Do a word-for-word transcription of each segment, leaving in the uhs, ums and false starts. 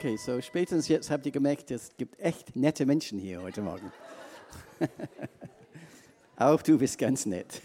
Okay, so spätestens jetzt habt ihr gemerkt, es gibt echt nette Menschen hier heute Morgen. Auch du bist ganz nett.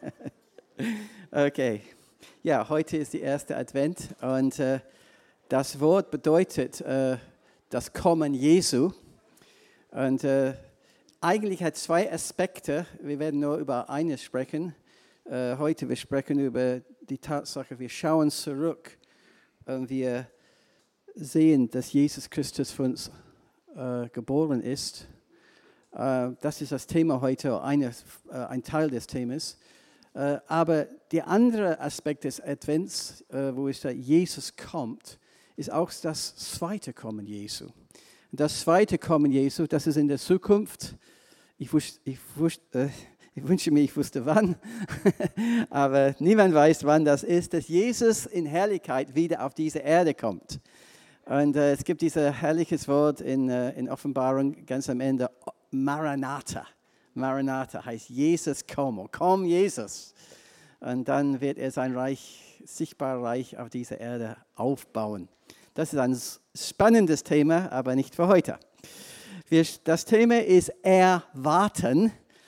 Okay, ja, heute ist die erste Advent und äh, das Wort bedeutet äh, das Kommen Jesu. Und äh, eigentlich hat es zwei Aspekte. Wir werden nur über eines sprechen. Äh, heute wir sprechen über die Tatsache, wir schauen zurück und wir sehen, dass Jesus Christus für uns äh, geboren ist. Äh, das ist das Thema heute, eine, äh, ein Teil des Themas. Äh, aber der andere Aspekt des Advents, äh, wo es da Jesus kommt, ist auch das zweite Kommen Jesu. Und das zweite Kommen Jesu, das ist in der Zukunft. Ich, wus- ich, wus- äh, ich wünsche mir, ich wusste wann, aber niemand weiß, wann das ist, dass Jesus in Herrlichkeit wieder auf diese Erde kommt. Und äh, es gibt dieses herrliches Wort in, äh, in Offenbarung ganz am Ende, Maranatha. Maranatha heißt Jesus komm, komm Jesus. Und dann wird er sein Reich, sichtbar Reich auf dieser Erde aufbauen. Das ist ein spannendes Thema, aber nicht für heute. Wir, das Thema ist Erwarten.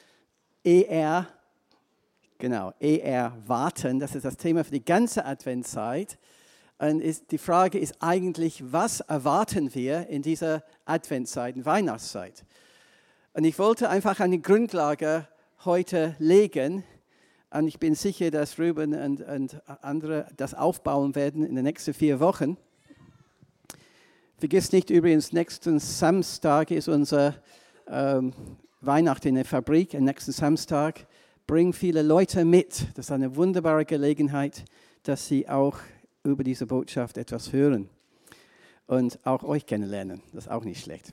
E-R, genau, E-R-Warten. Das ist das Thema für die ganze Adventszeit. Und ist, die Frage ist eigentlich, was erwarten wir in dieser Adventszeit, in Weihnachtszeit? Und ich wollte einfach eine Grundlage heute legen. Und ich bin sicher, dass Ruben und, und andere das aufbauen werden in den nächsten vier Wochen. Vergiss nicht übrigens, nächsten Samstag ist unser ähm, Weihnachten in der Fabrik. Am nächsten Samstag bringen viele Leute mit. Das ist eine wunderbare Gelegenheit, dass sie auch über diese Botschaft etwas hören und auch euch kennenlernen. Das ist auch nicht schlecht.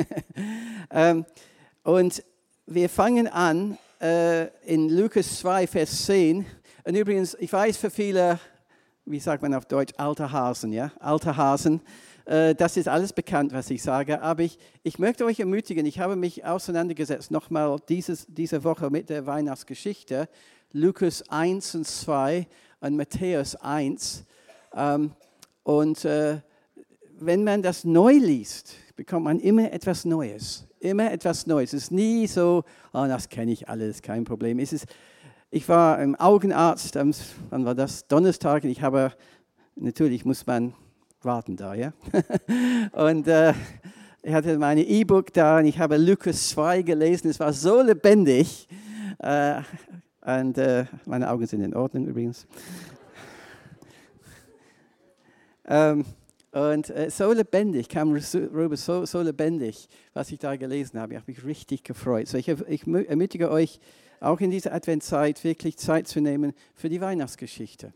ähm, und wir fangen an äh, in Lukas zwei, Vers zehn. Und übrigens, ich weiß für viele, wie sagt man auf Deutsch, alte Hasen, ja, alte Hasen, äh, das ist alles bekannt, was ich sage. Aber ich, ich möchte euch ermutigen, ich habe mich auseinandergesetzt, nochmal dieses, diese Woche mit der Weihnachtsgeschichte, Lukas eins und zwei und Matthäus eins. Ähm, und äh, wenn man das neu liest, bekommt man immer etwas Neues. Immer etwas Neues. Es ist nie so, oh, das kenne ich alles, kein Problem. Es ist, ich war im Augenarzt, am, wann war das? Donnerstag. Und ich habe, natürlich muss man warten da, ja. Und äh, ich hatte meine E-Book da und ich habe Lukas zwei gelesen. Es war so lebendig. Äh, und äh, meine Augen sind in Ordnung übrigens. Ähm, und äh, so lebendig, kam rüber, so, so lebendig, was ich da gelesen habe. Ich habe mich richtig gefreut. So, ich, ich ermutige euch, auch in dieser Adventszeit wirklich Zeit zu nehmen für die Weihnachtsgeschichte.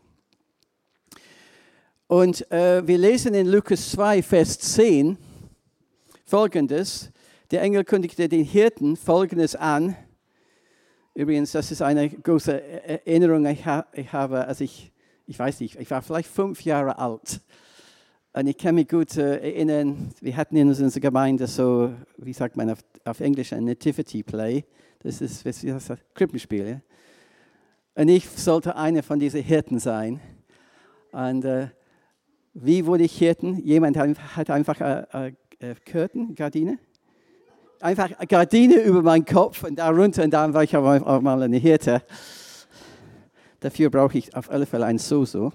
Und äh, wir lesen in Lukas zwei, Vers zehn Folgendes. Der Engel kündigte den Hirten Folgendes an. Übrigens, das ist eine große Erinnerung, ich, ha- ich habe, als ich, ich weiß nicht, ich war vielleicht fünf Jahre alt. Und ich kann mich gut äh, erinnern, wir hatten in unserer Gemeinde so, wie sagt man auf, auf Englisch, ein Nativity Play. Das ist, wie heißt das? Krippenspiel. Ja? Und ich sollte einer von diesen Hirten sein. Und äh, wie wurde ich Hirten? Jemand hat einfach äh, äh, Curtain, Gardine? Einfach eine Gardine über meinen Kopf und da runter und dann war ich auch mal eine Hirte. Dafür brauche ich auf alle Fälle ein So-So.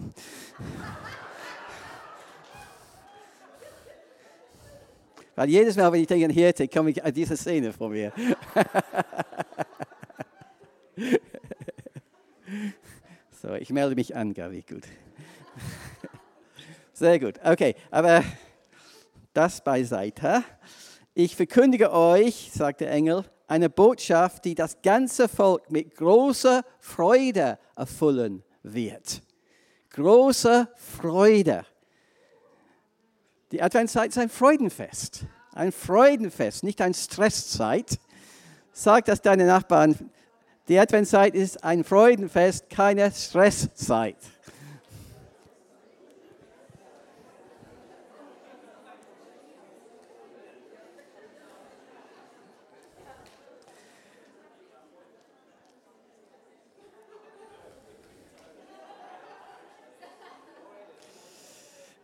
Weil jedes Mal, wenn ich denke an Hirte, komme ich an diese Szene vor mir. So, ich melde mich an, Gabi, gut. Sehr gut, okay, aber das beiseite. Ich verkündige euch, sagt der Engel, eine Botschaft, die das ganze Volk mit großer Freude erfüllen wird. Große Freude. Die Adventszeit ist ein Freudenfest. Ein Freudenfest, nicht eine Stresszeit. Sag das deinen Nachbarn. Die Adventszeit ist ein Freudenfest, keine Stresszeit.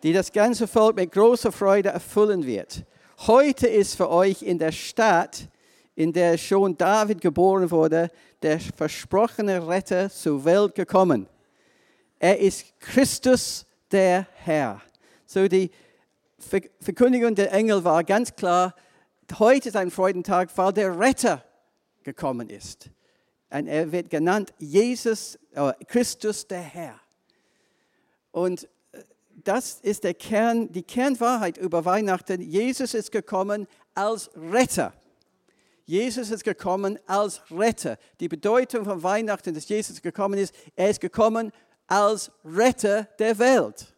die das ganze Volk mit großer Freude erfüllen wird. Heute ist für euch in der Stadt, in der schon David geboren wurde, der versprochene Retter zur Welt gekommen. Er ist Christus der Herr. So die Verkündigung der Engel war ganz klar, heute ist ein Freudentag, weil der Retter gekommen ist. Und er wird genannt Jesus, äh, Christus der Herr. Und das ist der Kern, die Kernwahrheit über Weihnachten. Jesus ist gekommen als Retter. Jesus ist gekommen als Retter. Die Bedeutung von Weihnachten, dass Jesus gekommen ist, er ist gekommen als Retter der Welt.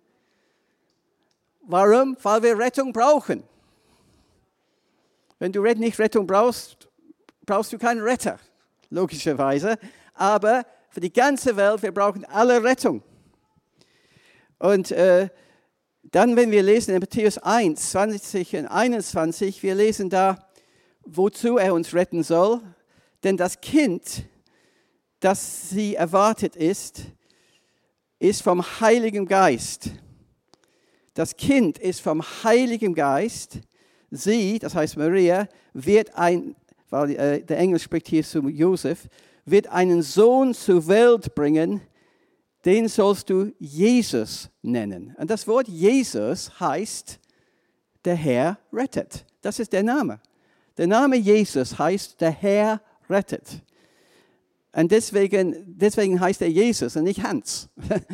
Warum? Weil wir Rettung brauchen. Wenn du nicht Rettung brauchst, brauchst du keinen Retter, logischerweise. Aber für die ganze Welt, wir brauchen alle Rettung. Und äh, dann, wenn wir lesen in Matthäus eins, zwanzig und einundzwanzig, wir lesen da, wozu er uns retten soll. Denn das Kind, das sie erwartet ist, ist vom Heiligen Geist. Das Kind ist vom Heiligen Geist. Sie, das heißt Maria, wird ein, weil äh, der Engel spricht hier zu Josef, wird einen Sohn zur Welt bringen, den sollst du Jesus nennen. Und das Wort Jesus heißt, der Herr rettet. Das ist der Name. Der Name Jesus heißt, der Herr rettet. Und deswegen, deswegen heißt er Jesus und nicht Hans.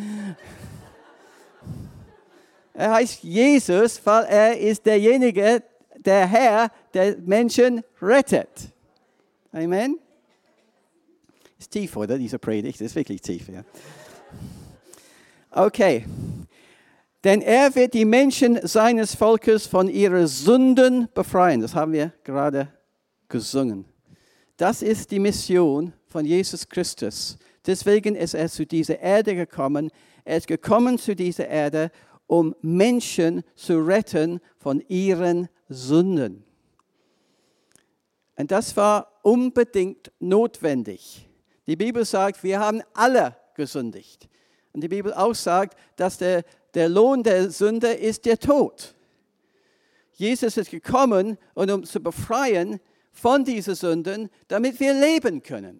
Er heißt Jesus, weil er ist derjenige, der Herr, der Menschen rettet. Amen. Ist tief, oder? Diese Predigt ist wirklich tief, ja. Okay. Denn er wird die Menschen seines Volkes von ihren Sünden befreien. Das haben wir gerade gesungen. Das ist die Mission von Jesus Christus. Deswegen ist er zu dieser Erde gekommen. Er ist gekommen zu dieser Erde, um Menschen zu retten von ihren Sünden. Und das war unbedingt notwendig. Die Bibel sagt, wir haben alle gesündigt. Und die Bibel auch sagt, dass der, der Lohn der Sünde ist der Tod. Jesus ist gekommen, um uns zu befreien von diesen Sünden, damit wir leben können.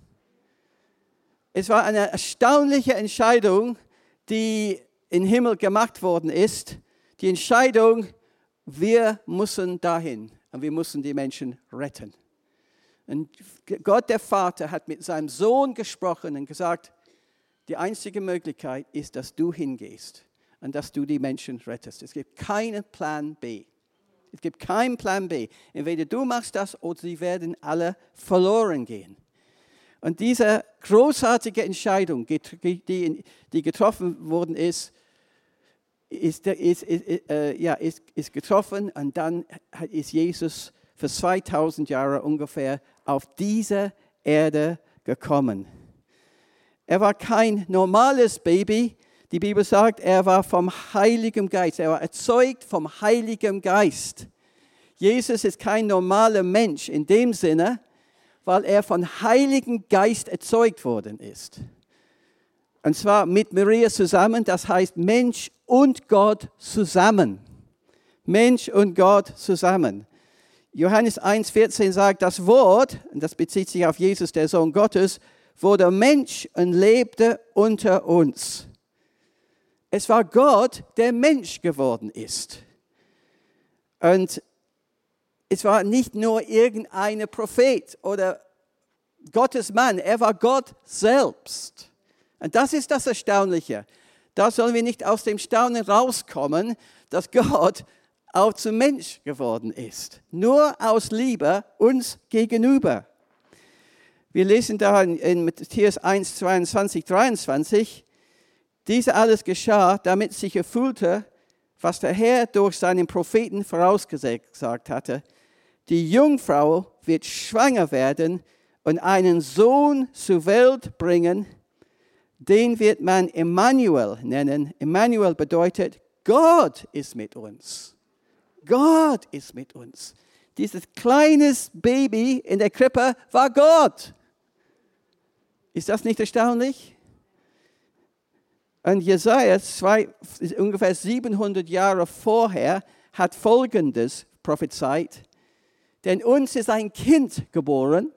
Es war eine erstaunliche Entscheidung, die im Himmel gemacht worden ist. Die Entscheidung, wir müssen dahin und wir müssen die Menschen retten. Und Gott, der Vater, hat mit seinem Sohn gesprochen und gesagt, die einzige Möglichkeit ist, dass du hingehst und dass du die Menschen rettest. Es gibt keinen Plan B. Es gibt keinen Plan B. Entweder du machst das oder sie werden alle verloren gehen. Und diese großartige Entscheidung, die, die getroffen worden ist, ist, ist, ist, äh, ja, ist, ist getroffen und dann ist Jesus für zweitausend Jahre ungefähr auf diese Erde gekommen. Er war kein normales Baby. Die Bibel sagt, er war vom Heiligen Geist. Er war erzeugt vom Heiligen Geist. Jesus ist kein normaler Mensch in dem Sinne, weil er vom Heiligen Geist erzeugt worden ist. Und zwar mit Maria zusammen, das heißt Mensch und Gott zusammen. Mensch und Gott zusammen. Johannes eins vierzehn sagt, das Wort, und das bezieht sich auf Jesus, der Sohn Gottes, wurde Mensch und lebte unter uns. Es war Gott, der Mensch geworden ist. Und es war nicht nur irgendein Prophet oder Gottes Mann, er war Gott selbst. Und das ist das Erstaunliche. Da sollen wir nicht aus dem Staunen rauskommen, dass Gott auch zum Mensch geworden ist. Nur aus Liebe uns gegenüber. Wir lesen da in Matthäus eins, zweiundzwanzig, dreiundzwanzig, dies alles geschah, damit sich erfüllte, was der Herr durch seinen Propheten vorausgesagt hatte. Die Jungfrau wird schwanger werden und einen Sohn zur Welt bringen, den wird man Emmanuel nennen. Emmanuel bedeutet, Gott ist mit uns. Gott ist mit uns. Dieses kleines Baby in der Krippe war Gott. Ist das nicht erstaunlich? Und Jesaja, zwei, ungefähr siebenhundert Jahre vorher, hat Folgendes prophezeit. Denn uns ist ein Kind geboren,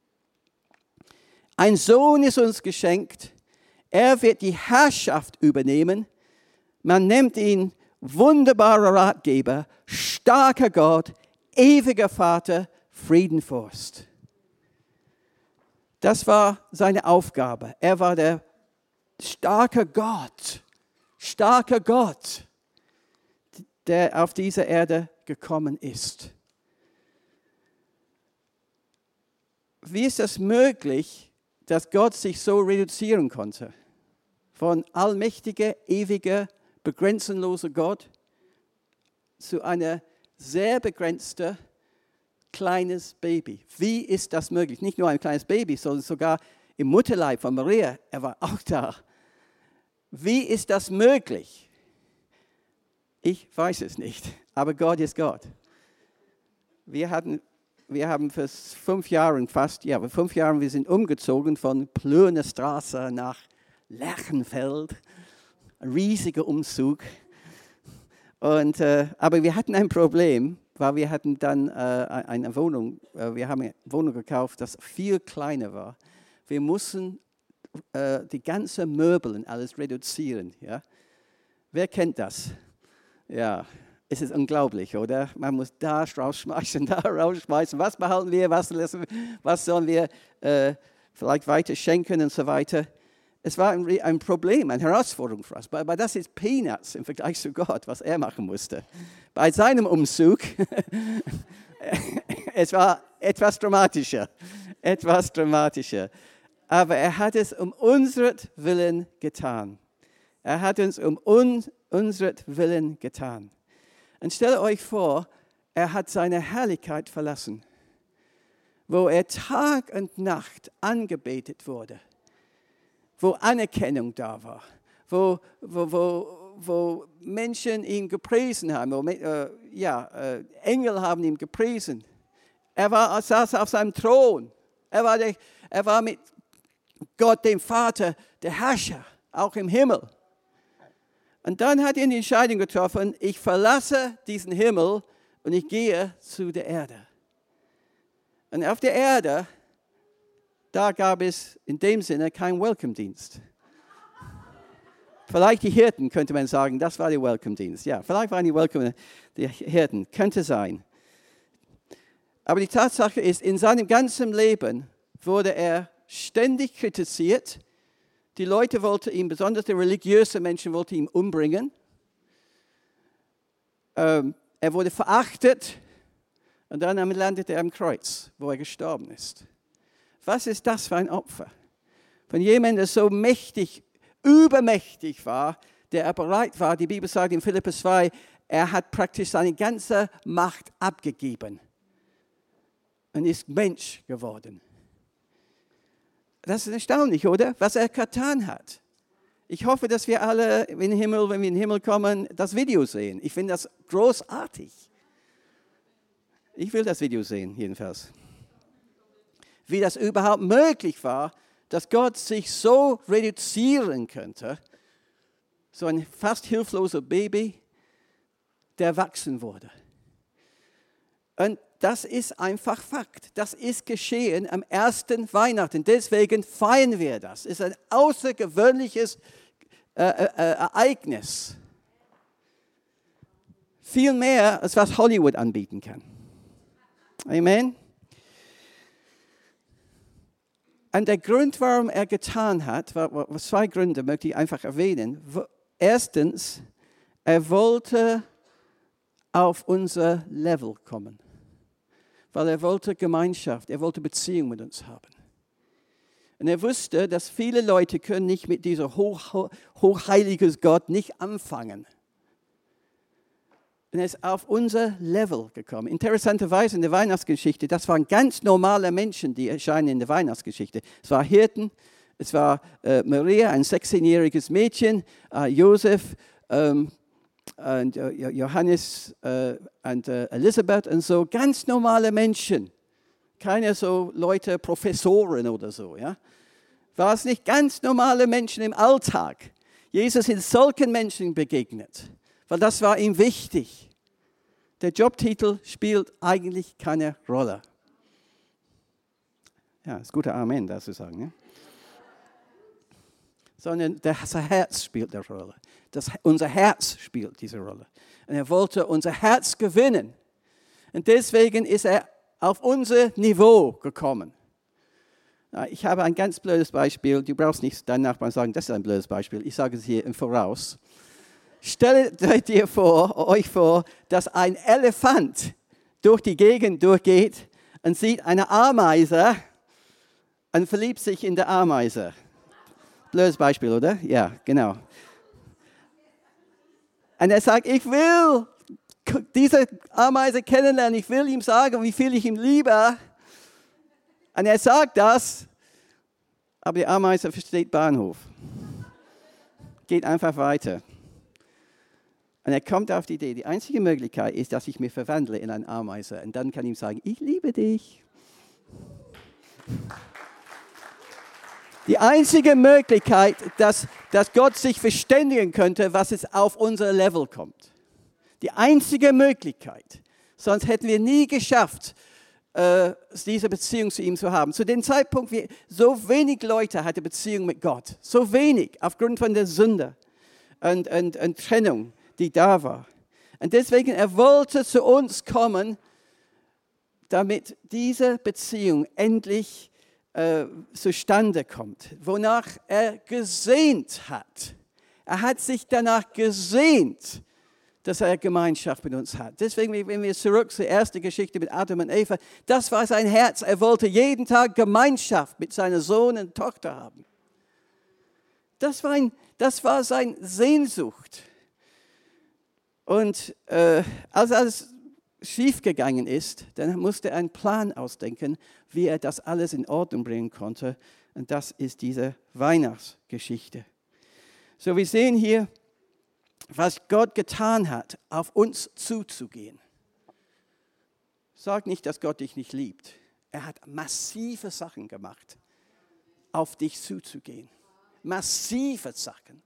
ein Sohn ist uns geschenkt, er wird die Herrschaft übernehmen. Man nennt ihn wunderbarer Ratgeber, starker Gott, ewiger Vater, Friedenfürst. Das war seine Aufgabe. Er war der starke Gott, starker Gott, der auf diese Erde gekommen ist. Wie ist es möglich, dass Gott sich so reduzieren konnte? Von allmächtiger, ewiger, begrenzenloser Gott zu einer sehr begrenzten, kleines Baby. Wie ist das möglich? Nicht nur ein kleines Baby, sondern sogar im Mutterleib von Maria, er war auch da. Wie ist das möglich? Ich weiß es nicht, aber Gott ist Gott. Wir hatten, wir haben für fünf Jahre fast, ja, für fünf Jahre, wir sind umgezogen von Plöner Straße nach Lerchenfeld. Ein riesiger Umzug. Und, äh, aber wir hatten ein Problem, weil wir hatten dann äh, eine Wohnung, äh, wir haben eine Wohnung gekauft, das viel kleiner war. Wir mussten äh, die ganzen Möbel und alles reduzieren. Ja? Wer kennt das? Ja, es ist unglaublich, oder? Man muss da rausschmeißen, da rausschmeißen. Was behalten wir, was, lassen, was sollen wir äh, vielleicht weiter schenken und so weiter. Es war ein, ein Problem, eine Herausforderung für uns. Aber das ist Peanuts im Vergleich zu Gott, was er machen musste. Bei seinem Umzug, es war etwas dramatischer, etwas dramatischer. Aber er hat es um unseren Willen getan. Er hat es um un, unseren Willen getan. Und stellt euch vor, er hat seine Herrlichkeit verlassen, wo er Tag und Nacht angebetet wurde, wo Anerkennung da war, wo, wo, wo, wo Menschen ihn gepriesen haben, wo, äh, ja, äh, Engel haben ihn gepriesen. Er war, saß auf seinem Thron. Er war, der, er war mit Gott, dem Vater, der Herrscher, auch im Himmel. Und dann hat er die Entscheidung getroffen, ich verlasse diesen Himmel und ich gehe zu der Erde. Und auf der Erde, da gab es in dem Sinne keinen Welcome-Dienst. Vielleicht die Hirten, könnte man sagen, das war der Welcome-Dienst. Ja, vielleicht waren die Welcome, die Hirten, könnte sein. Aber die Tatsache ist, in seinem ganzen Leben wurde er ständig kritisiert. Die Leute wollten ihn, besonders die religiösen Menschen, wollten ihn umbringen. Ähm, er wurde verachtet und dann landete er am Kreuz, wo er gestorben ist. Was ist das für ein Opfer? Von jemandem, der so mächtig, übermächtig war, der er bereit war, die Bibel sagt in Philipper zwei, er hat praktisch seine ganze Macht abgegeben und ist Mensch geworden. Das ist erstaunlich, oder? Was er getan hat. Ich hoffe, dass wir alle in den Himmel, wenn wir in den Himmel kommen, das Video sehen. Ich finde das großartig. Ich will das Video sehen, jedenfalls. Wie das überhaupt möglich war, dass Gott sich so reduzieren könnte, so ein fast hilfloser Baby, der wachsen wurde. Und das ist einfach Fakt. Das ist geschehen am ersten Weihnachten. Deswegen feiern wir das. Es ist ein außergewöhnliches äh, äh, Ereignis. Viel mehr, als was Hollywood anbieten kann. Amen. Und der Grund, warum er getan hat, war, zwei Gründe möchte ich einfach erwähnen. Erstens, er wollte auf unser Level kommen. Weil er wollte Gemeinschaft, er wollte Beziehung mit uns haben. Und er wusste, dass viele Leute können nicht mit dieser hoch, hochheiligen Gott nicht anfangen. Und er ist auf unser Level gekommen. Interessanterweise in der Weihnachtsgeschichte, das waren ganz normale Menschen, die erscheinen in der Weihnachtsgeschichte. Es waren Hirten, es war äh, Maria, ein sechzehnjähriges Mädchen, äh, Josef, ähm, und uh, Johannes uh, und uh, Elisabeth und so, ganz normale Menschen. Keine so Leute, Professoren oder so. Ja? War es nicht ganz normale Menschen im Alltag? Jesus ist solchen Menschen begegnet, weil das war ihm wichtig. Der Jobtitel spielt eigentlich keine Rolle. Ja, ist guter Amen, das zu sagen. Ne? Sondern das Herz spielt eine Rolle. Das, unser Herz spielt diese Rolle. Und er wollte unser Herz gewinnen. Und deswegen ist er auf unser Niveau gekommen. Ich habe ein ganz blödes Beispiel. Du brauchst nicht deinen Nachbarn sagen, das ist ein blödes Beispiel. Ich sage es hier im Voraus. Stellt dir vor, euch vor, dass ein Elefant durch die Gegend durchgeht und sieht eine Ameise und verliebt sich in der Ameise. Blödes Beispiel, oder? Ja, genau. Und er sagt, ich will diese Ameise kennenlernen, ich will ihm sagen, wie viel ich ihm liebe. Und er sagt das, aber die Ameise versteht Bahnhof. Geht einfach weiter. Und er kommt auf die Idee, die einzige Möglichkeit ist, dass ich mich verwandle in eine Ameise. Und dann kann ich ihm sagen, ich liebe dich. Die einzige Möglichkeit, dass, dass Gott sich verständigen könnte, was es auf unser Level kommt. Die einzige Möglichkeit. Sonst hätten wir nie geschafft, äh, diese Beziehung zu ihm zu haben. Zu dem Zeitpunkt, wie so wenig Leute hatten Beziehung mit Gott. So wenig, aufgrund von der Sünde und, und, und Trennung, die da war. Und deswegen, er wollte zu uns kommen, damit diese Beziehung endlich äh, zustande kommt, wonach er gesehnt hat. Er hat sich danach gesehnt, dass er Gemeinschaft mit uns hat. Deswegen, wenn wir zurück zur ersten Geschichte mit Adam und Eva, das war sein Herz. Er wollte jeden Tag Gemeinschaft mit seinem Sohn und Tochter haben. Das war, ein, das war seine Sehnsucht. Und äh, als alles schiefgegangen ist, dann musste er einen Plan ausdenken, wie er das alles in Ordnung bringen konnte. Und das ist diese Weihnachtsgeschichte. So, wir sehen hier, was Gott getan hat, auf uns zuzugehen. Sag nicht, dass Gott dich nicht liebt. Er hat massive Sachen gemacht, auf dich zuzugehen. Massive Sachen.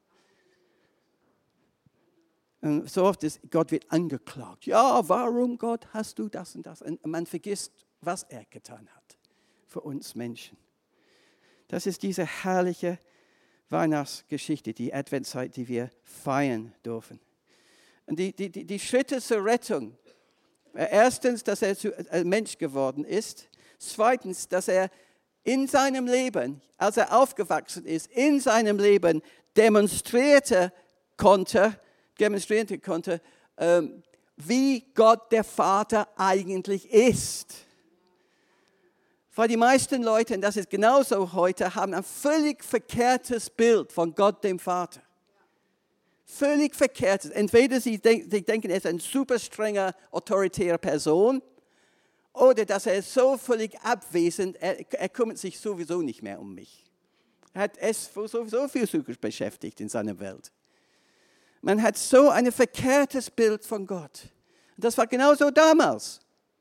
Und so oft ist, Gott wird angeklagt. Ja, warum Gott hast du das und das? Und man vergisst, was er getan hat für uns Menschen. Das ist diese herrliche Weihnachtsgeschichte, die Adventszeit, die wir feiern dürfen. Und die, die, die, die Schritte zur Rettung. Erstens, dass er zu, äh, Mensch geworden ist. Zweitens, dass er in seinem Leben, als er aufgewachsen ist, in seinem Leben demonstrierte konnte, demonstrieren konnte, ähm, wie Gott der Vater eigentlich ist. Weil die meisten Leute, und das ist genauso heute, haben ein völlig verkehrtes Bild von Gott dem Vater. Völlig verkehrtes. Entweder sie, denk, sie denken, er ist eine super strenge, autoritäre Person, oder dass er ist so völlig abwesend, er, er kümmert sich sowieso nicht mehr um mich. Er hat es sowieso viel zu beschäftigt in seiner Welt. Man hat so ein verkehrtes Bild von Gott. Und das war genauso damals.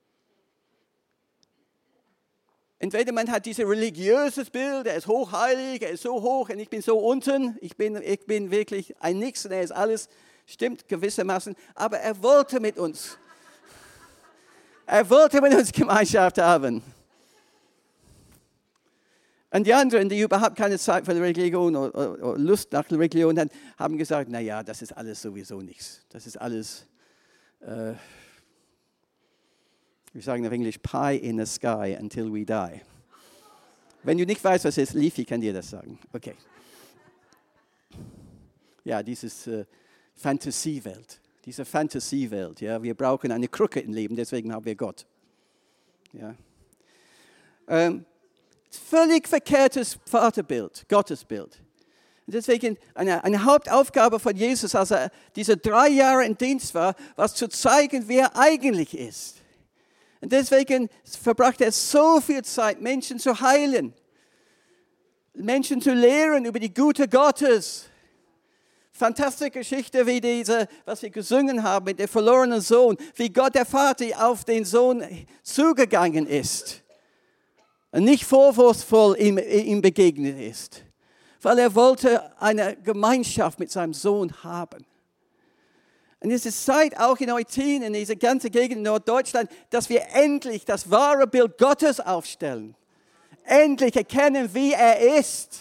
Entweder man hat dieses religiöses Bild, er ist hochheilig, er ist so hoch und ich bin so unten, ich bin, ich bin wirklich ein Nix und er ist alles, stimmt gewissermaßen, aber er wollte mit uns, er wollte mit uns Gemeinschaft haben. Und die anderen, die überhaupt keine Zeit für Religion oder, oder Lust nach Religion hatten, haben gesagt, naja, das ist alles sowieso nichts. Das ist alles, äh, wir sagen auf Englisch, pie in the sky until we die. Wenn du nicht weißt, was es ist, Leafy kann dir das sagen. Okay. Ja, dieses äh, Fantasiewelt. Diese Fantasiewelt. Ja, wir brauchen eine Krücke im Leben, deswegen haben wir Gott. Ja. Ähm, völlig verkehrtes Vaterbild, Gottesbild. Und deswegen eine, eine Hauptaufgabe von Jesus, als er diese drei Jahre im Dienst war, war zu zeigen, wer er eigentlich ist. Und deswegen verbrachte er so viel Zeit, Menschen zu heilen, Menschen zu lehren über die Güte Gottes. Fantastische Geschichte, wie diese, was wir gesungen haben mit dem verlorenen Sohn, wie Gott der Vater auf den Sohn zugegangen ist und nicht vorwurfsvoll ihm, ihm begegnet ist. weil er wollte eine Gemeinschaft mit seinem Sohn haben. Und es ist Zeit, auch in Eutin, in dieser ganzen Gegend in Norddeutschland, dass wir endlich das wahre Bild Gottes aufstellen. Endlich erkennen, wie er ist.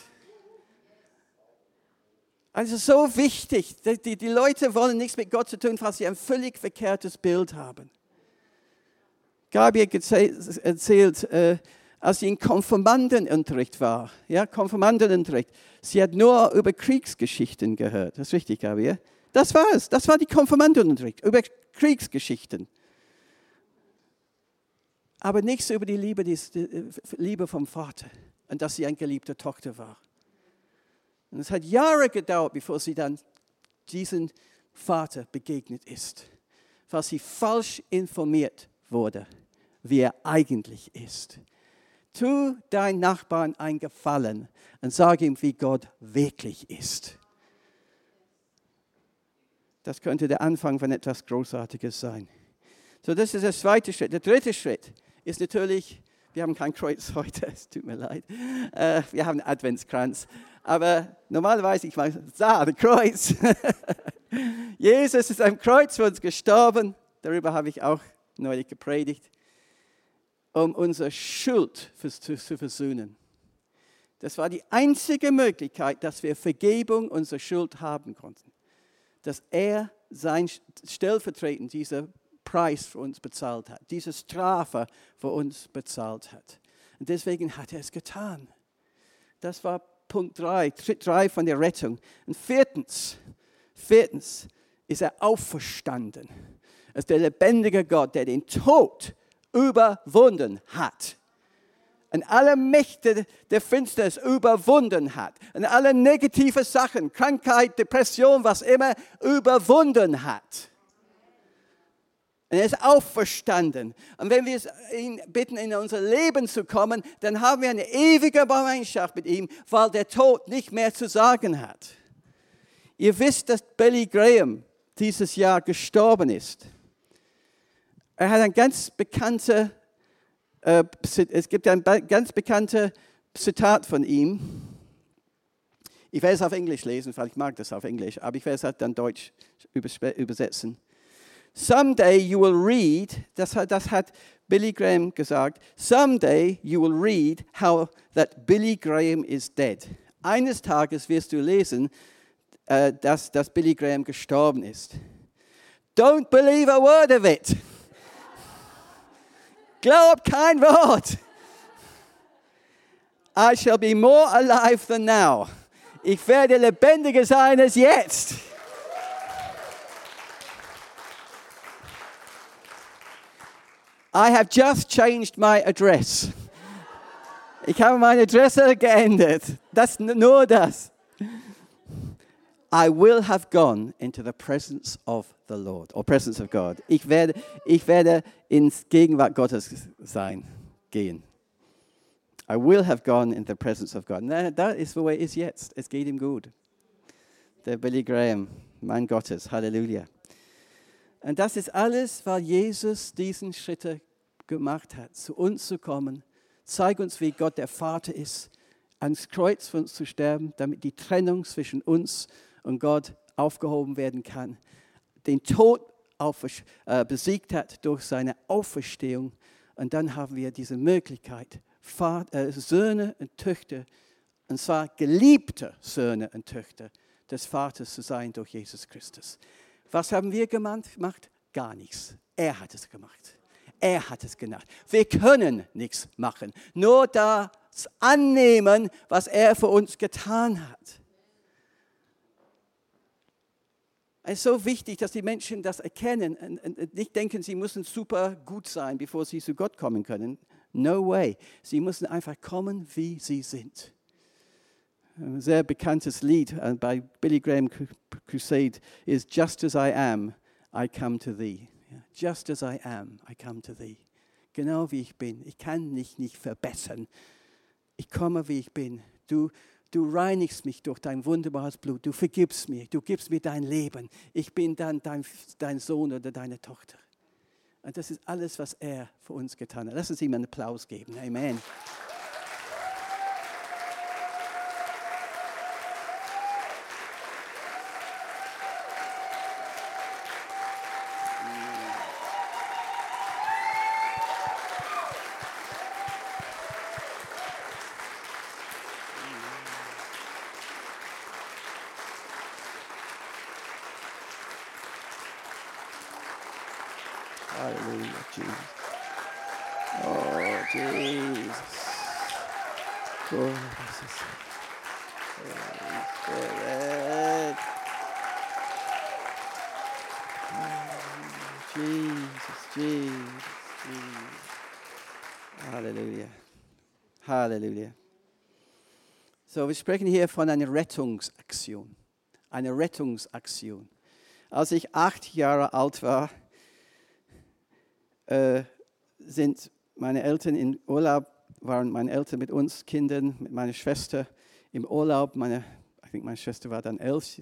Also so wichtig. Die, die Leute wollen nichts mit Gott zu tun, falls sie ein völlig verkehrtes Bild haben. Gabi hat erzählt, äh, als sie in Konfirmandenunterricht war, ja, Konfirmandenunterricht, sie hat nur über Kriegsgeschichten gehört. Das ist richtig, Gabi, ja? Das war es, das war die Konfirmandenunterricht, über Kriegsgeschichten. Aber nichts über die Liebe, die Liebe vom Vater und dass sie eine geliebte Tochter war. Und es hat Jahre gedauert, bevor sie dann diesem Vater begegnet ist, weil sie falsch informiert wurde, wie er eigentlich ist. Tu deinem Nachbarn einen Gefallen und sag ihm, wie Gott wirklich ist. Das könnte der Anfang von etwas Großartiges sein. So, das ist der zweite Schritt. Der dritte Schritt ist natürlich, wir haben kein Kreuz heute, es tut mir leid. Äh, wir haben einen Adventskranz. Aber normalerweise, ich meine, da, der Kreuz. Jesus ist am Kreuz für uns gestorben. Darüber habe ich auch neulich gepredigt. Um unsere Schuld zu, zu versöhnen. Das war die einzige Möglichkeit, dass wir Vergebung unserer Schuld haben konnten. Dass er sein stellvertretend diesen Preis für uns bezahlt hat, diese Strafe für uns bezahlt hat. Und deswegen hat er es getan. Das war Punkt drei, Schritt drei von der Rettung. Und viertens, viertens ist er auferstanden. Er ist der lebendige Gott, der den Tod überwunden hat. Und alle Mächte der Finsternis überwunden hat. Und alle negative Sachen, Krankheit, Depression, was immer, überwunden hat. Und er ist auferstanden. Und wenn wir ihn bitten, in unser Leben zu kommen, dann haben wir eine ewige Gemeinschaft mit ihm, weil der Tod nicht mehr zu sagen hat. Ihr wisst, dass Billy Graham dieses Jahr gestorben ist. Er hat ein ganz bekannte, äh, es gibt ein ganz bekanntes Zitat von ihm. Ich werde es auf Englisch lesen, weil ich mag das auf Englisch, aber ich werde es dann Deutsch übersetzen. Someday you will read, das hat, das hat Billy Graham gesagt, someday you will read how that Billy Graham is dead. Eines Tages wirst du lesen, äh, dass, dass Billy Graham gestorben ist. Don't believe a word of it. Glaub kein Wort. I shall be more alive than now. Ich werde lebendiger sein als jetzt. I have just changed my address. Ich habe meine Adresse geändert. Das, nur das. I will have gone into the presence of the Lord, or presence of God. Ich werde, ich werde ins Gegenwart Gottes sein, gehen. I will have gone in the presence of God. Und das ist, wo er ist jetzt. Es geht ihm gut. Der Billy Graham, Mann Gottes, Halleluja. Und das ist alles, weil Jesus diesen Schritt gemacht hat, zu uns zu kommen. Zeig uns, wie Gott der Vater ist, ans Kreuz für uns zu sterben, damit die Trennung zwischen uns und Gott aufgehoben werden kann. Den Tod äh, besiegt hat durch seine Auferstehung. Und dann haben wir diese Möglichkeit, Vater, äh, Söhne und Töchter, und zwar geliebte Söhne und Töchter des Vaters zu sein durch Jesus Christus. Was haben wir gemacht? Gar nichts. Er hat es gemacht. Er hat es gemacht. Wir können nichts machen. Nur das annehmen, was er für uns getan hat. Es ist so wichtig, dass die Menschen das erkennen und nicht denken, sie müssen super gut sein, bevor sie zu Gott kommen können. No way. Sie müssen einfach kommen, wie sie sind. Ein sehr bekanntes Lied bei Billy Graham Crusade ist Just as I am, I come to thee. Just as I am, I come to thee. Genau wie ich bin. Ich kann mich nicht verbessern. Ich komme, wie ich bin. Du, du reinigst mich durch dein wunderbares Blut. Du vergibst mir. Du gibst mir dein Leben. Ich bin dann dein, dein Sohn oder deine Tochter. Und das ist alles, was er für uns getan hat. Lass uns ihm einen Applaus geben. Amen. Jesus. Oh, das ist Spirit. Jesus, Jesus, Jesus. Halleluja. Halleluja. So, wir sprechen hier von einer Rettungsaktion. Eine Rettungsaktion. Als ich acht Jahre alt war, äh, sind meine Eltern in Urlaub, waren meine Eltern mit uns Kindern, mit meiner Schwester im Urlaub. Meine, ich denke, meine Schwester war dann elf.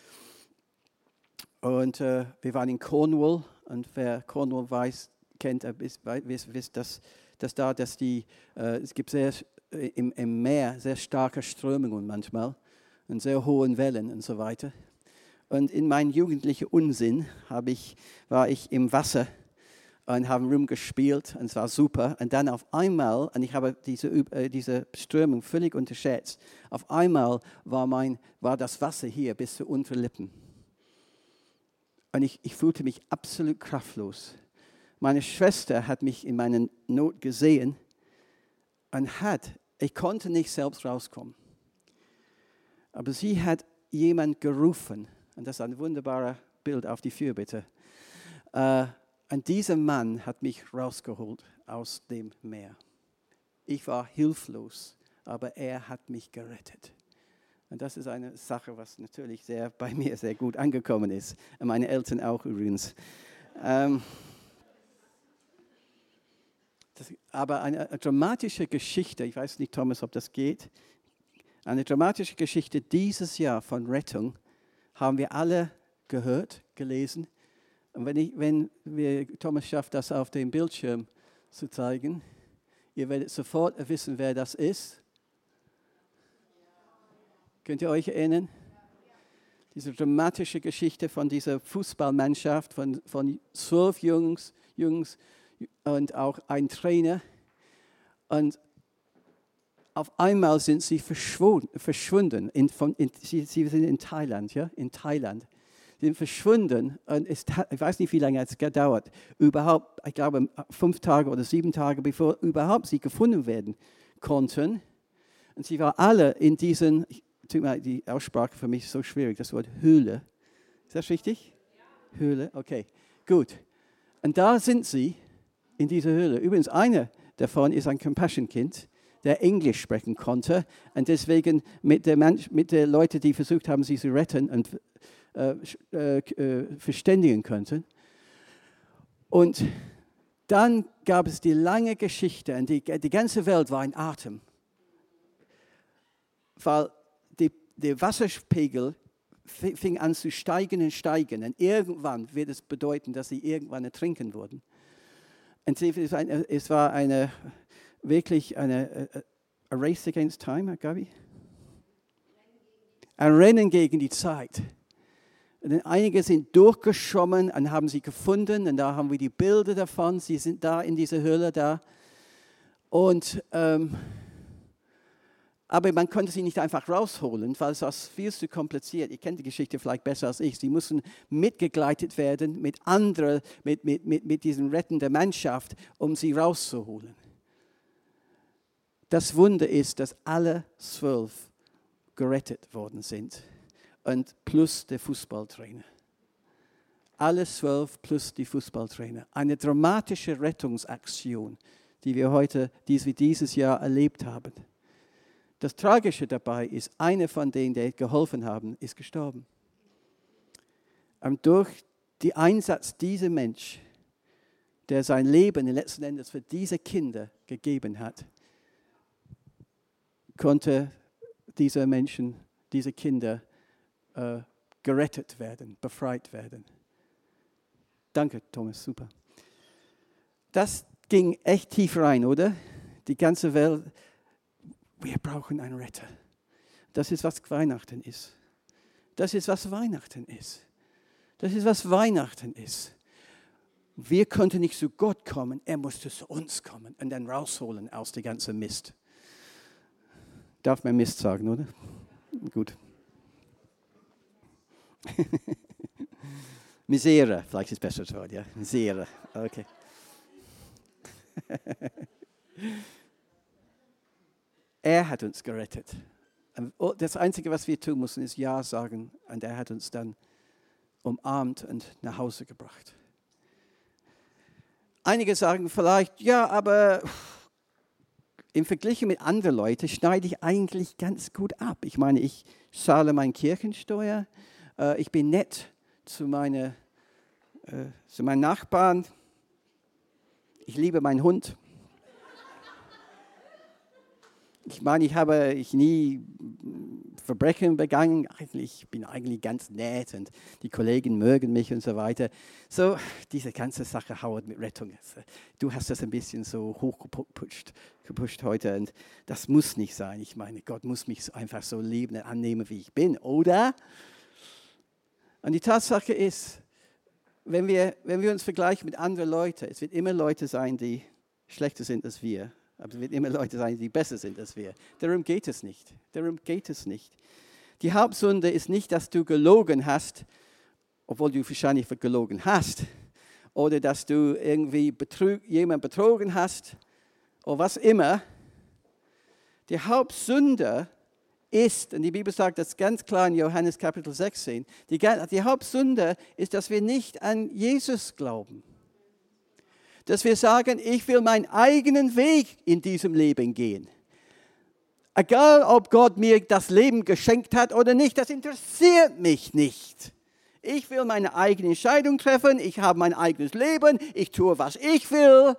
Und äh, wir waren in Cornwall. Und wer Cornwall weiß, kennt, wisst, wisst dass, dass da, dass die, äh, es gibt sehr im, im Meer sehr starke Strömungen manchmal und sehr hohen Wellen und so weiter. Und in meinem jugendlichen Unsinn habe ich, war ich im Wasser und habe rumgespielt und es war super. Und dann auf einmal, und ich habe diese, äh, diese Strömung völlig unterschätzt, auf einmal war, mein, war das Wasser hier bis zu Unterlippen. Und ich, ich fühlte mich absolut kraftlos. Meine Schwester hat mich in meiner Not gesehen und hat, ich konnte nicht selbst rauskommen. Aber sie hat jemand gerufen, und das ist ein wunderbares Bild auf die Fürbitte. Äh, und dieser Mann hat mich rausgeholt aus dem Meer. Ich war hilflos, aber er hat mich gerettet. Und das ist eine Sache, was natürlich sehr, bei mir sehr gut angekommen ist. Und meine Eltern auch übrigens. Ähm, das, aber eine, eine dramatische Geschichte, ich weiß nicht, Thomas, ob das geht, eine dramatische Geschichte dieses Jahr von Rettung haben wir alle gehört, gelesen. Und wenn, ich, wenn wir, Thomas schafft, das auf dem Bildschirm zu zeigen, ihr werdet sofort wissen, wer das ist. Könnt ihr euch erinnern? Diese dramatische Geschichte von dieser Fußballmannschaft, von, von zwölf Jungs, Jungs und auch ein Trainer. Und auf einmal sind sie verschwunden. In, von, in, sie, sie sind in Thailand, ja, in Thailand. Sie sind verschwunden und es, ich weiß nicht, wie lange es gedauert. Überhaupt, ich glaube, fünf Tage oder sieben Tage, bevor überhaupt sie gefunden werden konnten. Und sie waren alle in diesen, die Aussprache für mich ist so schwierig, das Wort Höhle. Ist das richtig? Ja. Höhle, okay, gut. Und da sind sie in dieser Höhle. Übrigens, einer davon ist ein Compassion-Kind, der Englisch sprechen konnte und deswegen mit den mit der Leuten, die versucht haben, sie zu retten und äh, äh, verständigen könnten. Und dann gab es die lange Geschichte und die, die ganze Welt war in Atem, weil die, der Wasserpegel fing an zu steigen und steigen und irgendwann wird es bedeuten, dass sie irgendwann ertrinken würden. Und es war eine wirklich eine a race against time, Gabi? Ein Rennen gegen die Zeit. Und einige sind durchgeschwommen und haben sie gefunden. Und da haben wir die Bilder davon. Sie sind da in dieser Höhle da. Und, ähm, aber man konnte sie nicht einfach rausholen, weil es war viel zu kompliziert. Ihr kennt die Geschichte vielleicht besser als ich. Sie mussten mitgegleitet werden mit anderen, mit, mit, mit, mit diesen rettenden Mannschaft, um sie rauszuholen. Das Wunder ist, dass alle zwölf gerettet worden sind. Und plus der Fußballtrainer. Alle zwölf plus die Fußballtrainer. Eine dramatische Rettungsaktion, die wir heute, die wir dieses Jahr erlebt haben. Das Tragische dabei ist, einer von denen, die geholfen haben, ist gestorben. Und durch den Einsatz dieser Mensch, der sein Leben letzten Endes für diese Kinder gegeben hat, konnte diese Menschen, diese Kinder äh, gerettet werden, befreit werden. Danke, Thomas, super. Das ging echt tief rein, oder? Die ganze Welt, wir brauchen einen Retter. Das ist, was Weihnachten ist. Das ist, was Weihnachten ist. Das ist, was Weihnachten ist. Wir konnten nicht zu Gott kommen, er musste zu uns kommen und dann rausholen aus dem ganzen Mist. Darf man Mist sagen, oder? Gut. Misere, vielleicht ist es besser, ja? Misere, okay. Er hat uns gerettet. Das Einzige, was wir tun müssen, ist Ja sagen. Und er hat uns dann umarmt und nach Hause gebracht. Einige sagen vielleicht, ja, aber im Vergleich mit anderen Leuten schneide ich eigentlich ganz gut ab. Ich meine, ich zahle meine Kirchensteuer, äh, ich bin nett zu, meine, äh, zu meinen Nachbarn, ich liebe meinen Hund. Ich meine, ich habe ich nie Verbrechen begangen. Ich bin eigentlich ganz nett und die Kollegen mögen mich und so weiter. So, diese ganze Sache, Howard, mit Rettung. Du hast das ein bisschen so hochgepusht gepusht heute und das muss nicht sein. Ich meine, Gott muss mich einfach so lieben und annehmen, wie ich bin, oder? Und die Tatsache ist, wenn wir, wenn wir uns vergleichen mit anderen Leuten, es wird immer Leute sein, die schlechter sind als wir. Aber es wird immer Leute sein, die besser sind als wir. Darum geht es nicht. Darum geht es nicht. Die Hauptsünde ist nicht, dass du gelogen hast, obwohl du wahrscheinlich gelogen hast. Oder dass du irgendwie betrug, jemanden betrogen hast. Oder was immer. Die Hauptsünde ist, und die Bibel sagt das ganz klar in Johannes Kapitel sechzehn, die, die Hauptsünde ist, dass wir nicht an Jesus glauben. Dass wir sagen, ich will meinen eigenen Weg in diesem Leben gehen. Egal, ob Gott mir das Leben geschenkt hat oder nicht, das interessiert mich nicht. Ich will meine eigene Entscheidung treffen, ich habe mein eigenes Leben, ich tue, was ich will.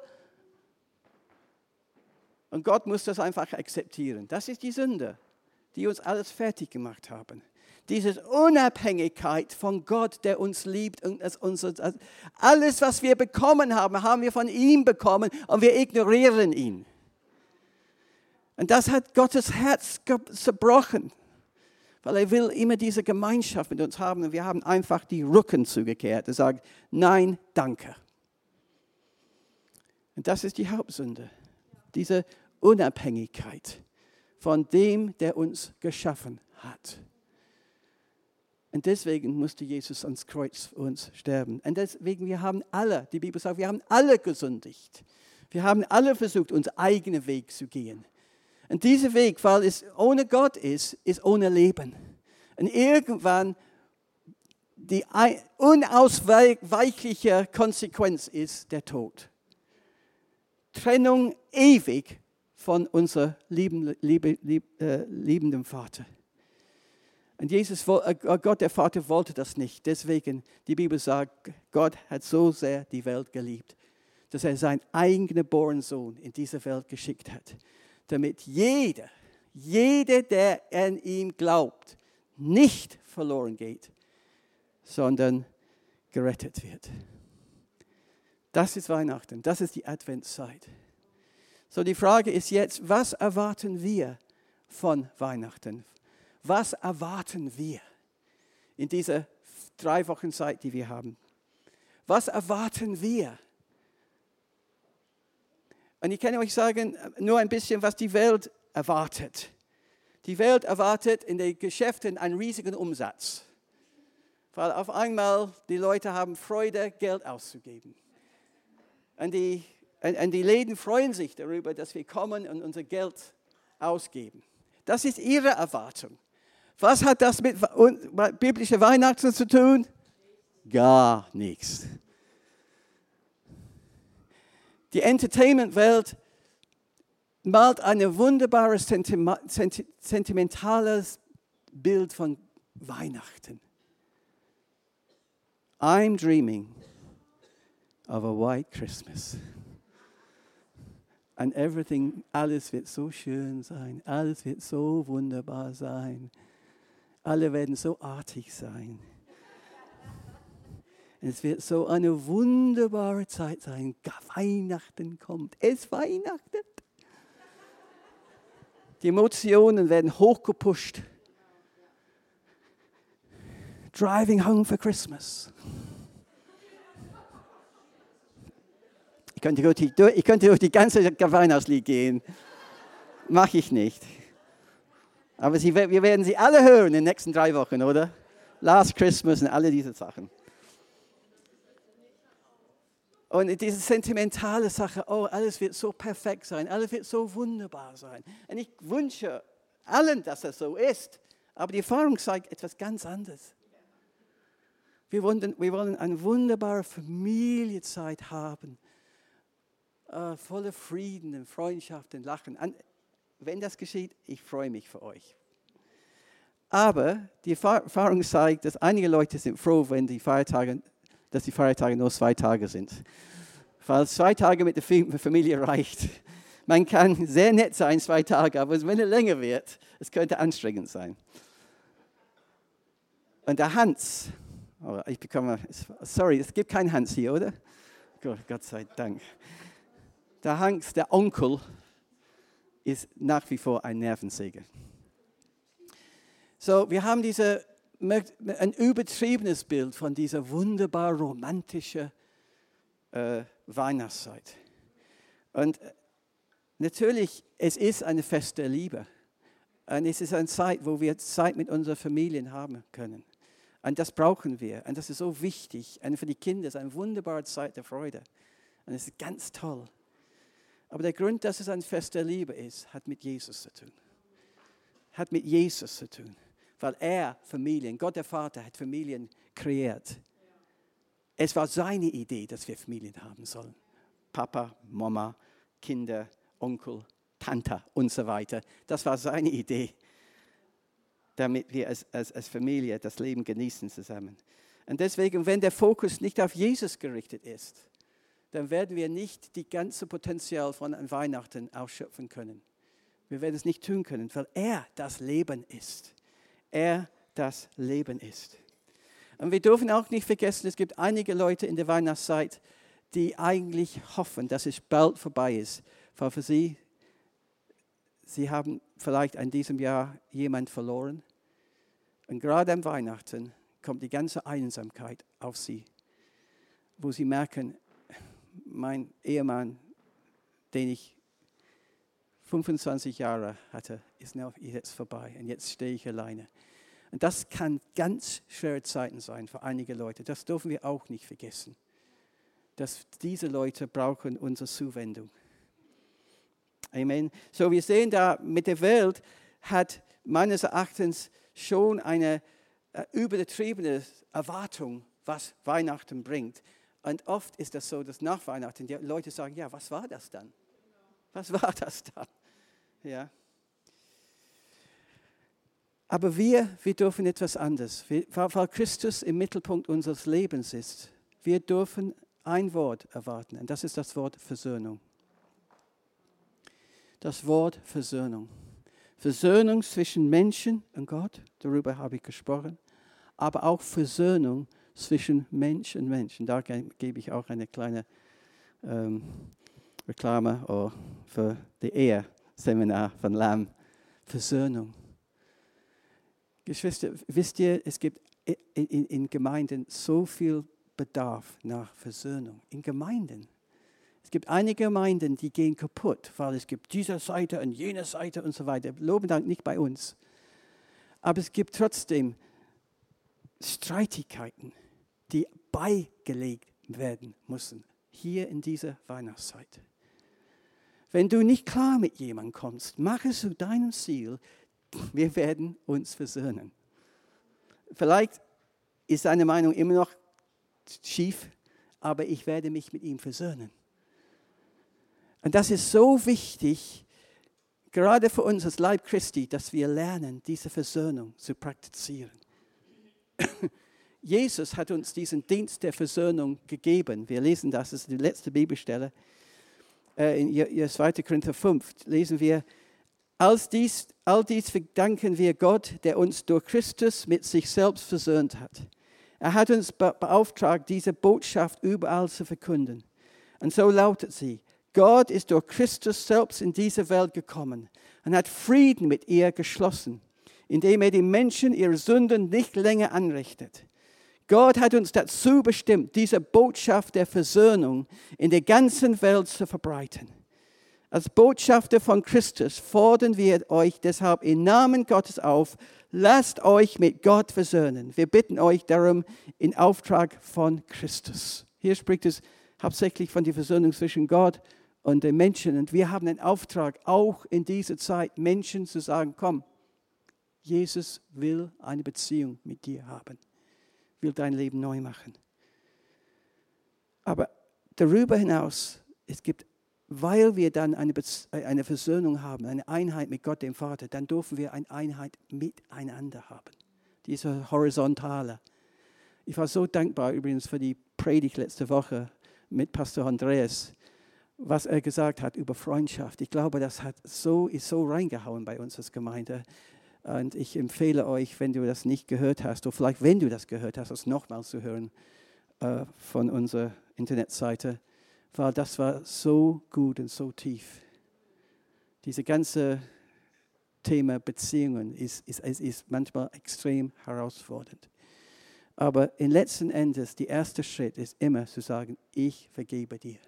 Und Gott muss das einfach akzeptieren. Das ist die Sünde, die uns alles fertig gemacht haben. Diese Unabhängigkeit von Gott, der uns liebt. Und unser, alles, was wir bekommen haben, haben wir von ihm bekommen und wir ignorieren ihn. Und das hat Gottes Herz zerbrochen, weil er will immer diese Gemeinschaft mit uns haben und wir haben einfach die Rücken zugekehrt. Er sagt, nein, danke. Und das ist die Hauptsünde, diese Unabhängigkeit von dem, der uns geschaffen hat. Und deswegen musste Jesus ans Kreuz für uns sterben. Und deswegen, wir haben alle, die Bibel sagt, wir haben alle gesündigt. Wir haben alle versucht, unseren eigenen Weg zu gehen. Und dieser Weg, weil es ohne Gott ist, ist ohne Leben. Und irgendwann die unausweichliche Konsequenz ist der Tod. Trennung ewig von unserem lieben, liebe, lieb, äh, liebenden Vater. Und Jesus, Gott, der Vater, wollte das nicht. Deswegen, die Bibel sagt, Gott hat so sehr die Welt geliebt, dass er seinen eingeborenen Sohn in diese Welt geschickt hat, damit jeder, jeder, der an ihn glaubt, nicht verloren geht, sondern gerettet wird. Das ist Weihnachten, das ist die Adventszeit. So, die Frage ist jetzt, was erwarten wir von Weihnachten? Was erwarten wir in dieser drei Wochen Zeit, die wir haben? Was erwarten wir? Und ich kann euch sagen, nur ein bisschen, was die Welt erwartet. Die Welt erwartet in den Geschäften einen riesigen Umsatz. Weil auf einmal die Leute haben Freude, Geld auszugeben. Und die, und die Läden freuen sich darüber, dass wir kommen und unser Geld ausgeben. Das ist ihre Erwartung. Was hat das mit biblischer Weihnachten zu tun? Gar nichts. Die Entertainment-Welt malt ein wunderbares, sentimentales Bild von Weihnachten. I'm dreaming of a white Christmas. And everything, alles wird so schön sein, alles wird so wunderbar sein. Alle werden so artig sein. Es wird so eine wunderbare Zeit sein. Weihnachten kommt. Es weihnachtet. Die Emotionen werden hochgepusht. Driving home for Christmas. Ich könnte durch die, ich könnte durch die ganze Weihnachtslied gehen. Mache ich nicht. Aber sie, wir werden sie alle hören in den nächsten drei Wochen, oder? Last Christmas und alle diese Sachen. Und diese sentimentale Sache, oh, alles wird so perfekt sein, alles wird so wunderbar sein. Und ich wünsche allen, dass es so ist. Aber die Erfahrung zeigt etwas ganz anderes. Wir wollen, wir wollen eine wunderbare Familienzeit haben, äh, voller Frieden und Freundschaft und Lachen. Und wenn das geschieht, ich freue mich für euch. Aber die Erfahrung zeigt, dass einige Leute sind froh, wenn die Feiertage, dass die Feiertage nur zwei Tage sind. Weil zwei Tage mit der Familie reicht. Man kann sehr nett sein, zwei Tage, aber wenn es länger wird, es könnte anstrengend sein. Und der Hans, oh, ich bekomme, sorry, es gibt keinen Hans hier, oder? Gott, Gott sei Dank. Der Hans, der Onkel, ist nach wie vor ein Nervensäge. So, wir haben diese, ein übertriebenes Bild von dieser wunderbar romantischen äh, Weihnachtszeit. Und natürlich, es ist eine Fest der Liebe. Und es ist eine Zeit, wo wir Zeit mit unseren Familien haben können. Und das brauchen wir. Und das ist so wichtig. Und für die Kinder ist es eine wunderbare Zeit der Freude. Und es ist ganz toll. Aber der Grund, dass es ein Fest der Liebe ist, hat mit Jesus zu tun. Hat mit Jesus zu tun. Weil er Familien, Gott der Vater hat Familien kreiert. Es war seine Idee, dass wir Familien haben sollen. Papa, Mama, Kinder, Onkel, Tante und so weiter. Das war seine Idee, damit wir als, als, als Familie das Leben genießen zusammen. Und deswegen, wenn der Fokus nicht auf Jesus gerichtet ist, dann werden wir nicht die ganze Potenzial von Weihnachten ausschöpfen können. Wir werden es nicht tun können, weil er das Leben ist. Er das Leben ist. Und wir dürfen auch nicht vergessen, es gibt einige Leute in der Weihnachtszeit, die eigentlich hoffen, dass es bald vorbei ist. Weil für sie, sie haben vielleicht in diesem Jahr jemanden verloren. Und gerade am Weihnachten kommt die ganze Einsamkeit auf sie, wo sie merken, mein Ehemann, den ich fünfundzwanzig Jahre hatte, ist jetzt vorbei und jetzt stehe ich alleine. Und das kann ganz schwere Zeiten sein für einige Leute. Das dürfen wir auch nicht vergessen. Dass diese Leute brauchen unsere Zuwendung. Amen. So, wir sehen da, mit der Welt hat meines Erachtens schon eine äh, übertriebene Erwartung, was Weihnachten bringt. Und oft ist das so, dass nach Weihnachten die Leute sagen, ja, was war das dann? Was war das dann? Ja. Aber wir, wir dürfen etwas anderes. Weil Christus im Mittelpunkt unseres Lebens ist, wir dürfen ein Wort erwarten. Und das ist das Wort Versöhnung. Das Wort Versöhnung. Versöhnung zwischen Menschen und Gott, darüber habe ich gesprochen. Aber auch Versöhnung zwischen Mensch und Mensch. Und da gebe ich auch eine kleine ähm, Reklame oh, für das Ehe-Seminar von Lamm. Versöhnung. Geschwister, wisst ihr, es gibt in, in, in Gemeinden so viel Bedarf nach Versöhnung. In Gemeinden. Es gibt einige Gemeinden, die gehen kaputt, weil es gibt diese Seite und jene Seite und so weiter. Loben Dank nicht bei uns. Aber es gibt trotzdem Streitigkeiten, die beigelegt werden müssen. Hier in dieser Weihnachtszeit. Wenn du nicht klar mit jemandem kommst, mach es zu deinem Ziel, wir werden uns versöhnen. Vielleicht ist deine Meinung immer noch schief, aber ich werde mich mit ihm versöhnen. Und das ist so wichtig, gerade für uns als Leib Christi, dass wir lernen, diese Versöhnung zu praktizieren. Jesus hat uns diesen Dienst der Versöhnung gegeben. Wir lesen das, das ist die letzte Bibelstelle. In zweiter Korinther fünf lesen wir, All dies, all dies verdanken wir Gott, der uns durch Christus mit sich selbst versöhnt hat. Er hat uns beauftragt, diese Botschaft überall zu verkünden. Und so lautet sie, Gott ist durch Christus selbst in diese Welt gekommen und hat Frieden mit ihr geschlossen, indem er die Menschen ihre Sünden nicht länger anrichtet. Gott hat uns dazu bestimmt, diese Botschaft der Versöhnung in der ganzen Welt zu verbreiten. Als Botschafter von Christus fordern wir euch deshalb im Namen Gottes auf, lasst euch mit Gott versöhnen. Wir bitten euch darum in Auftrag von Christus. Hier spricht es hauptsächlich von der Versöhnung zwischen Gott und den Menschen. Und wir haben den Auftrag, auch in dieser Zeit Menschen zu sagen, komm, Jesus will eine Beziehung mit dir haben, will dein Leben neu machen. Aber darüber hinaus, es gibt, weil wir dann eine, Bez- eine Versöhnung haben, eine Einheit mit Gott, dem Vater, dann dürfen wir eine Einheit miteinander haben. Diese horizontale. Ich war so dankbar übrigens für die Predigt letzte Woche mit Pastor Andreas, was er gesagt hat über Freundschaft. Ich glaube, das hat so, ist so reingehauen bei uns als Gemeinde. Und ich empfehle euch, wenn du das nicht gehört hast, oder vielleicht wenn du das gehört hast, es nochmals zu hören äh, von unserer Internetseite, weil das war so gut und so tief. Diese ganze Thema Beziehungen ist, ist, ist manchmal extrem herausfordernd. Aber in letzten Endes, der erste Schritt ist immer zu sagen, ich vergebe dir.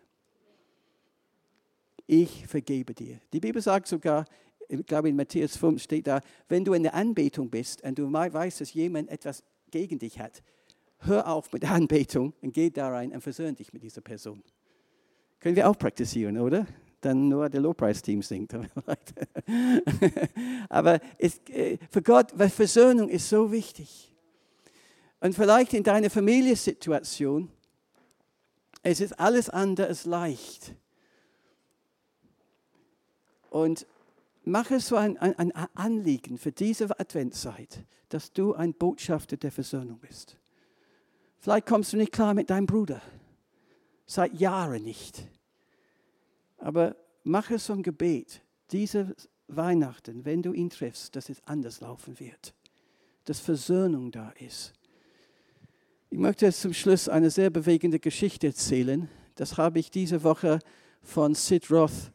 Ich vergebe dir. Die Bibel sagt sogar, ich glaube in Matthäus fünf steht da, wenn du in der Anbetung bist und du weißt, dass jemand etwas gegen dich hat, hör auf mit der Anbetung und geh da rein und versöhn dich mit dieser Person. Können wir auch praktizieren, oder? Dann nur der Lobpreisteam singt. Aber es, für Gott, weil Versöhnung ist so wichtig. Und vielleicht in deiner Familiensituation, es ist alles andere als leicht. Und mach es so ein, ein, ein Anliegen für diese Adventszeit, dass du ein Botschafter der Versöhnung bist. Vielleicht kommst du nicht klar mit deinem Bruder. Seit Jahren nicht. Aber mach es so ein Gebet, diese Weihnachten, wenn du ihn triffst, dass es anders laufen wird. Dass Versöhnung da ist. Ich möchte jetzt zum Schluss eine sehr bewegende Geschichte erzählen. Das habe ich diese Woche von Sid Roth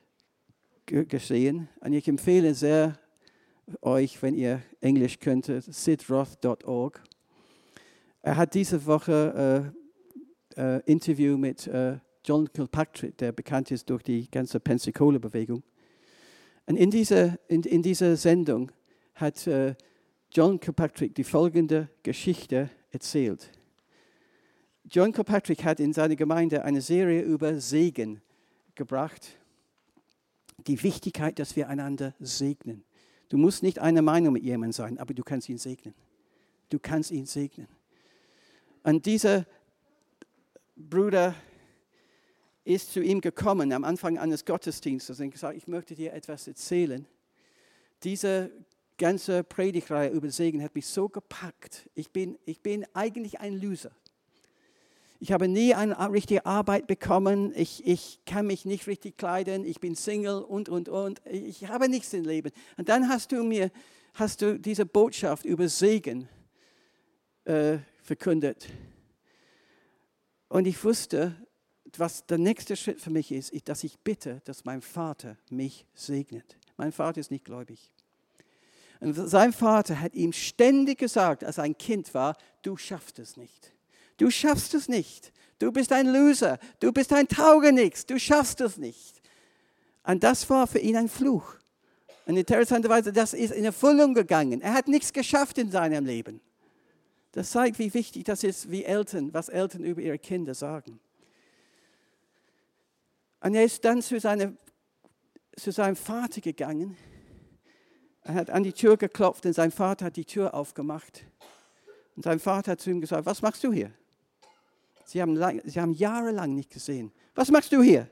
g- gesehen. Und ich empfehle sehr euch, wenn ihr Englisch könnt, sid roth dot org. Er hat diese Woche äh, äh, Interview mit äh, John Kilpatrick, der bekannt ist durch die ganze Pensacola-Bewegung. Und in dieser, in, in dieser Sendung hat äh, John Kilpatrick die folgende Geschichte erzählt. John Kilpatrick hat in seiner Gemeinde eine Serie über Segen gebracht. Die Wichtigkeit, dass wir einander segnen. Du musst nicht einer Meinung mit jemandem sein, aber du kannst ihn segnen. Du kannst ihn segnen. Und dieser Bruder ist zu ihm gekommen am Anfang eines Gottesdienstes und gesagt, ich möchte dir etwas erzählen. Diese ganze Predigtreihe über Segen hat mich so gepackt. Ich bin, ich bin eigentlich ein Loser. Ich habe nie eine richtige Arbeit bekommen. Ich, ich kann mich nicht richtig kleiden. Ich bin Single und, und, und. Ich habe nichts im Leben. Und dann hast du mir, hast du diese Botschaft über Segen äh, verkündet. Und ich wusste, was der nächste Schritt für mich ist, dass ich bitte, dass mein Vater mich segnet. Mein Vater ist nicht gläubig. Und sein Vater hat ihm ständig gesagt, als er ein Kind war, du schaffst es nicht. Du schaffst es nicht. Du bist ein Loser. Du bist ein Taugenichts. Du schaffst es nicht. Und das war für ihn ein Fluch. Und interessanterweise, das ist in Erfüllung gegangen. Er hat nichts geschafft in seinem Leben. Das zeigt, wie wichtig das ist, wie Eltern, was Eltern über ihre Kinder sagen. Und er ist dann zu, seine, zu seinem Vater gegangen. Er hat an die Tür geklopft und sein Vater hat die Tür aufgemacht. Und sein Vater hat zu ihm gesagt, was machst du hier? Sie haben, lang, sie haben jahrelang nicht gesehen. Was machst du hier?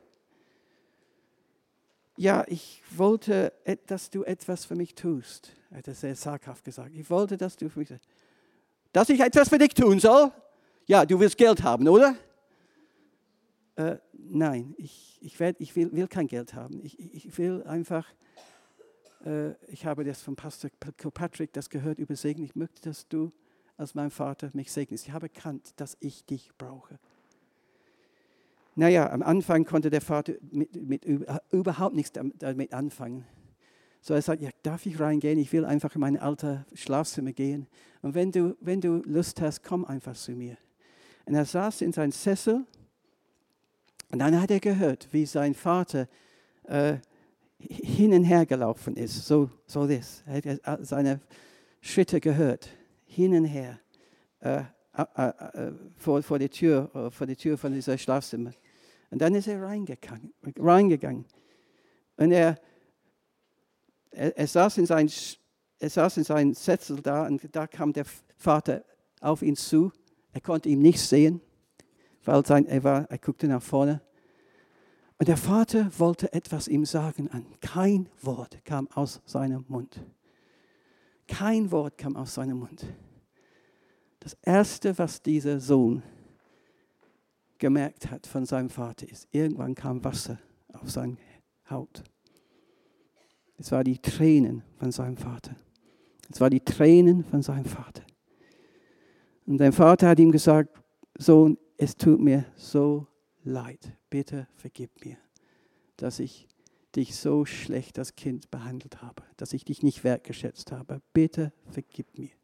Ja, ich wollte, dass du etwas für mich tust. Er hat das sehr zaghaft gesagt. Ich wollte, dass du für mich, dass ich etwas für dich tun soll? Ja, du willst Geld haben, oder? Äh, nein, ich, ich, werd, ich will, will kein Geld haben. Ich, ich will einfach, äh, ich habe das von Pastor Kilpatrick das gehört über Segen. Ich möchte, dass du als mein Vater mich segnest. Ich habe erkannt, dass ich dich brauche. Naja, am Anfang konnte der Vater mit, mit, überhaupt nichts damit anfangen. So er sagt, ja, darf ich reingehen? Ich will einfach in mein altes Schlafzimmer gehen. Und wenn du, wenn du Lust hast, komm einfach zu mir. Und er saß in seinem Sessel und dann hat er gehört, wie sein Vater äh, hin und her gelaufen ist. So, so das. Er hat seine Schritte gehört. Hin und her. Äh, äh, äh, vor, vor, der Tür, äh, vor der Tür von dieser Schlafzimmer. Und dann ist er reingegangen. reingegangen. Und er, er, er, saß in sein, er saß in seinem Sessel da und da kam der Vater auf ihn zu. Er konnte ihn nicht sehen, weil sein, er, war, er guckte nach vorne. Und der Vater wollte etwas ihm sagen. Und kein Wort kam aus seinem Mund. Kein Wort kam aus seinem Mund. Das Erste, was dieser Sohn gemerkt hat von seinem Vater, ist, irgendwann kam Wasser auf seine Haut. Es waren die Tränen von seinem Vater. Es waren die Tränen von seinem Vater. Und sein Vater hat ihm gesagt, Sohn, es tut mir so leid. Bitte vergib mir, dass ich dich so schlecht als Kind behandelt habe, dass ich dich nicht wertgeschätzt habe. Bitte vergib mir.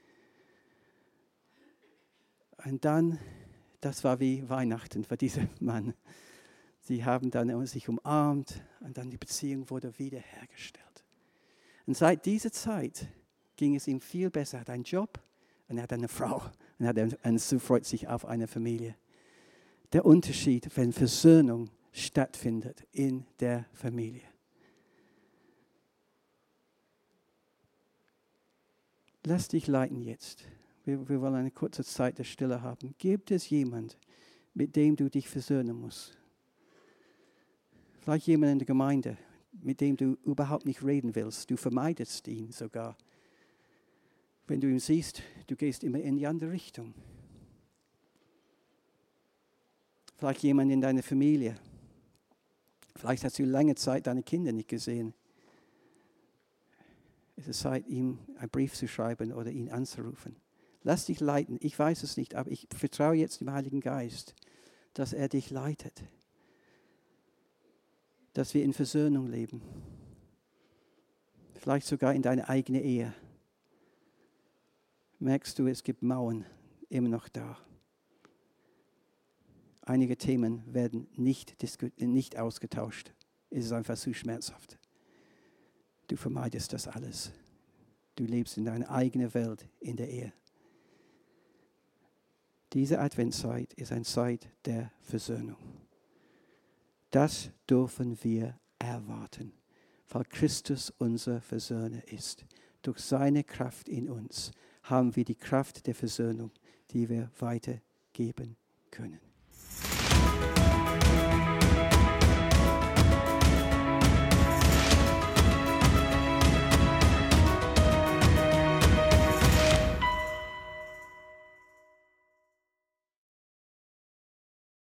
Und dann, das war wie Weihnachten für diesen Mann. Sie haben dann sich umarmt und dann die Beziehung wurde wiederhergestellt. Und seit dieser Zeit ging es ihm viel besser. Er hat einen Job und er hat eine Frau und er freut sich auf eine Familie. Der Unterschied, wenn Versöhnung stattfindet in der Familie. Lass dich leiten jetzt. Wir, wir wollen eine kurze Zeit der Stille haben. Gibt es jemand, mit dem du dich versöhnen musst? Vielleicht jemand in der Gemeinde, mit dem du überhaupt nicht reden willst. Du vermeidest ihn sogar. Wenn du ihn siehst, du gehst immer in die andere Richtung. Vielleicht jemand in deiner Familie. Vielleicht hast du lange Zeit deine Kinder nicht gesehen. Es ist Zeit, ihm einen Brief zu schreiben oder ihn anzurufen. Lass dich leiten. Ich weiß es nicht, aber ich vertraue jetzt dem Heiligen Geist, dass er dich leitet. Dass wir in Versöhnung leben. Vielleicht sogar in deiner eigenen Ehe. Merkst du, es gibt Mauern immer noch da. Einige Themen werden nicht, nicht ausgetauscht. Es ist einfach zu schmerzhaft. Du vermeidest das alles. Du lebst in deiner eigenen Welt in der Ehe. Diese Adventszeit ist eine Zeit der Versöhnung. Das dürfen wir erwarten, weil Christus unser Versöhner ist. Durch seine Kraft in uns haben wir die Kraft der Versöhnung, die wir weitergeben können.